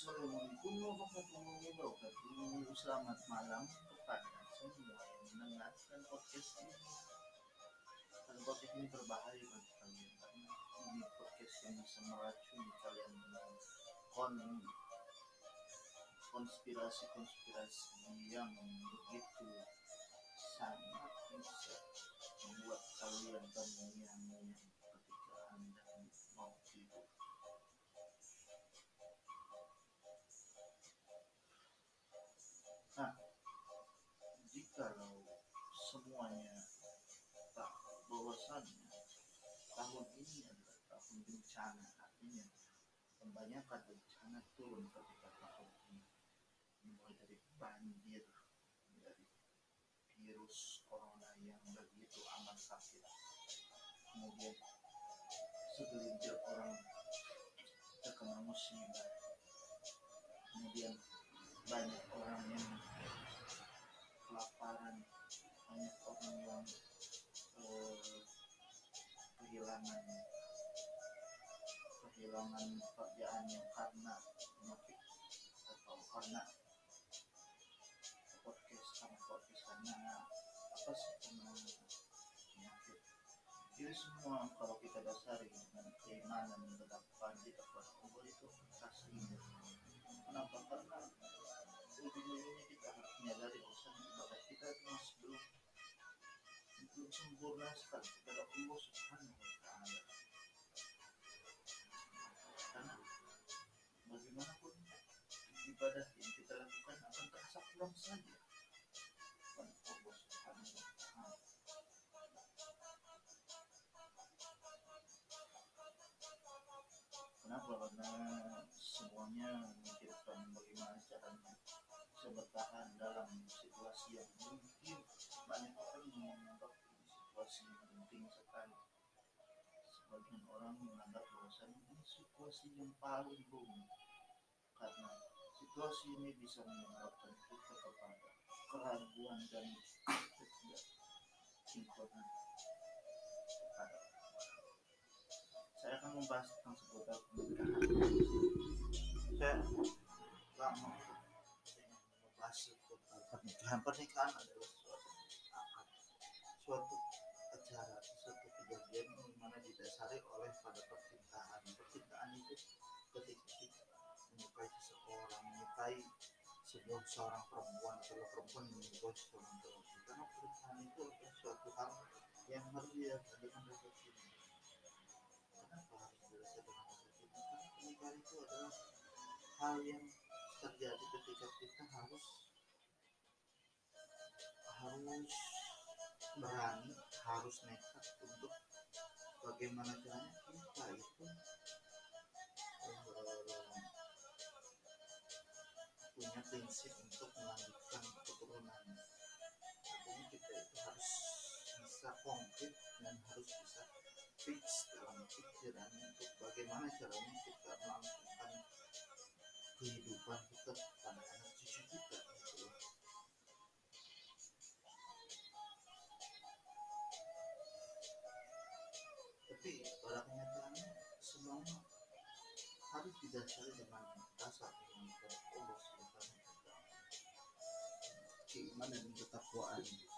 Assalamualaikum warahmatullahi wabarakatuh. Selamat malam kepada semua yang mendengarkan podcast ini. Dan podcast ini berbahaya bagi kalian karena ini podcast yang bisa meracuni kalian dengan konspirasi-konspirasi yang begitu sangat bisa membuat kalian terngiang-ngiang ketika Anda mau tidur. Nah, jikalau semuanya tahu bahwasannya tahun ini adalah tahun bencana, artinya kebanyakan bencana turun ketika tahun ini, mulai dari banjir, dari virus corona yang begitu amat sakit, kemudian segelintir orang terkena musibah, kemudian banyak orang yang kelaparan, banyak orang yang kehilangan pekerjaannya karena penyakit atau karena karena apa sih, karena penyakit. Jadi semua kalau kita dasari dengan keimanan dan ketakwaan kita kepada Allah itu pasti. Kenapa? Karena ujung-ujungnya kita harus menyadari bahwa ibadah kita itu masih belum sempurna sekali kepada Allah Subhanahu wa Ta'ala. Karena bagaimanapun ibadah yang kita lakukan akan terasa kurang saja kepada Allah Subhanahu wa Ta'ala. Kenapa? Karena semuanya memikirkan bagaimana caranya bisa bertahan dalam situasi yang mungkin banyak orang menganggap ini situasi yang penting sekali. Sebagian orang menganggap bahwasanya ini situasi yang paling rumit karena situasi ini bisa menyebabkan kita kepada keraguan dan ketidaksinkronan kepada orang. Saya akan membahas tentang seputar pernikahan. Saya lama membahas seputar pernikahan. Pernikahan adalah suatu acara, suatu kejadian di mana didasari oleh pada percintaan. Percintaan itu ketika kita menyukai seseorang, menyukai seorang perempuan atau perempuan menyukai seorang cowok. Karena pernikahan itu adalah suatu hal yang harus didasari dengan rasa cinta. Kenapa harus didasari dengan rasa cinta? Karena pernikahan itu adalah hal yang terjadi ketika kita harus berani, harus nekat untuk bagaimana caranya kita itu punya prinsip untuk melanjutkan keturunan. Artinya kita itu harus bisa konkret dan harus bisa fix dalam pikiran untuk bagaimana caranya kita melakukan kehidupan kita pada anak cucu kita gitu. Tapi pada kenyataannya semuanya harus didasari dengan rasa iman kepada Allah Subhanahu wa Ta'ala, keimanan dan ketakwaan.